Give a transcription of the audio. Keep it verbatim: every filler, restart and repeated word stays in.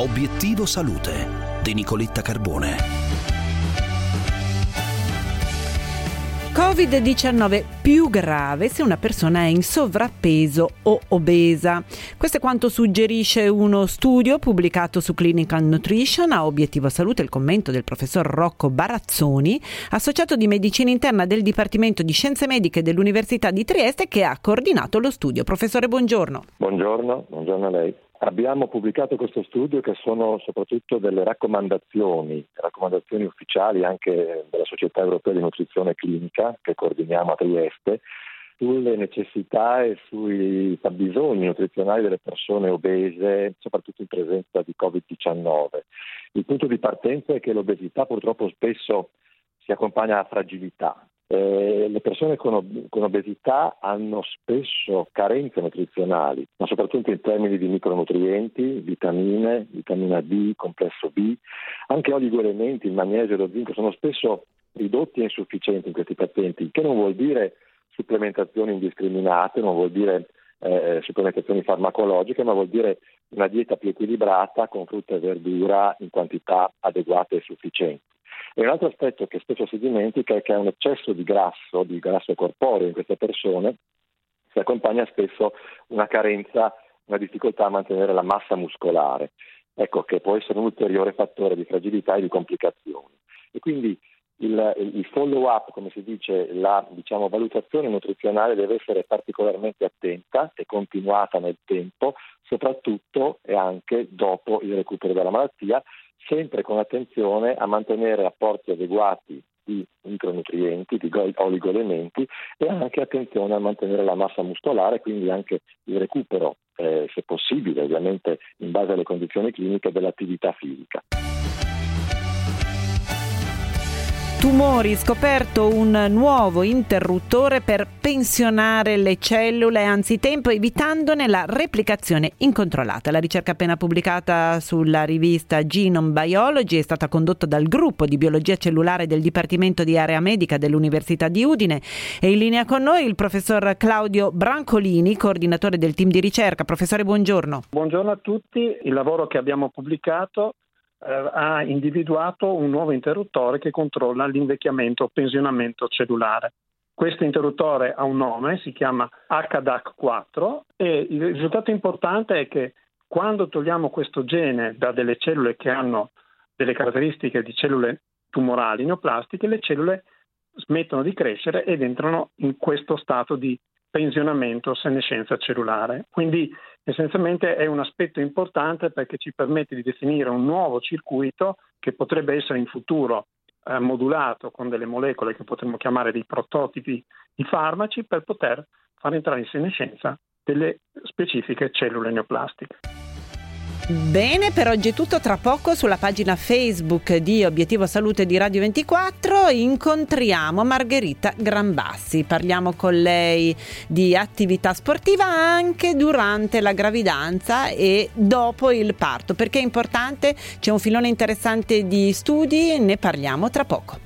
Obiettivo Salute di Nicoletta Carbone. covid diciannove più grave se una persona è in sovrappeso o obesa. Questo è quanto suggerisce uno studio pubblicato su Clinical Nutrition. A Obiettivo Salute il commento del professor Rocco Barazzoni, associato di medicina interna del Dipartimento di Scienze Mediche dell'Università di Trieste, che ha coordinato lo studio. Professore, buongiorno. Buongiorno, buongiorno a lei. Abbiamo pubblicato questo studio che sono soprattutto delle raccomandazioni, raccomandazioni ufficiali anche della Società Europea di Nutrizione Clinica che coordiniamo a Trieste, sulle necessità e sui fabbisogni nutrizionali delle persone obese, soprattutto in presenza di covid diciannove. Il punto di partenza è che l'obesità purtroppo spesso si accompagna alla fragilità. Eh, le persone con, ob- con obesità hanno spesso carenze nutrizionali, ma soprattutto in termini di micronutrienti, vitamine, vitamina D, complesso B, anche oligoelementi, il magnesio e lo zinco sono spesso ridotti e insufficienti in questi pazienti, che non vuol dire supplementazioni indiscriminate, non vuol dire eh, supplementazioni farmacologiche, ma vuol dire una dieta più equilibrata con frutta e verdura in quantità adeguate e sufficienti. E un altro aspetto che spesso si dimentica è che un eccesso di grasso, di grasso corporeo in queste persone si accompagna spesso una carenza, una difficoltà a mantenere la massa muscolare, ecco, che può essere un ulteriore fattore di fragilità e di complicazioni. E quindi il, il follow up, come si dice, la diciamo, valutazione nutrizionale deve essere particolarmente attenta e continuata nel tempo, soprattutto e anche dopo il recupero dalla malattia, sempre con attenzione a mantenere apporti adeguati di micronutrienti, di oligoelementi e anche attenzione a mantenere la massa muscolare, quindi anche il recupero, eh, se possibile, ovviamente in base alle condizioni cliniche, dell'attività fisica. Tumori, scoperto un nuovo interruttore per pensionare le cellule anzitempo, evitandone la replicazione incontrollata. La ricerca appena pubblicata sulla rivista Genome Biology è stata condotta dal gruppo di biologia cellulare del Dipartimento di Area Medica dell'Università di Udine. E in linea con noi il professor Claudio Brancolini, coordinatore del team di ricerca. Professore, buongiorno. Buongiorno a tutti. Il lavoro che abbiamo pubblicato ha individuato un nuovo interruttore che controlla l'invecchiamento o pensionamento cellulare. Questo interruttore ha un nome, si chiama H D A C quattro e il risultato importante è che quando togliamo questo gene da delle cellule che hanno delle caratteristiche di cellule tumorali neoplastiche, le cellule smettono di crescere ed entrano in questo stato di pensionamento, senescenza cellulare. Quindi essenzialmente è un aspetto importante perché ci permette di definire un nuovo circuito che potrebbe essere in futuro eh, modulato con delle molecole che potremmo chiamare dei prototipi di farmaci per poter far entrare in senescenza delle specifiche cellule neoplastiche. Bene, per oggi è tutto. Tra poco sulla pagina Facebook di Obiettivo Salute di Radio ventiquattro incontriamo Margherita Granbassi. Parliamo con lei di attività sportiva anche durante la gravidanza e dopo il parto. Perché è importante? C'è un filone interessante di studi, ne parliamo tra poco.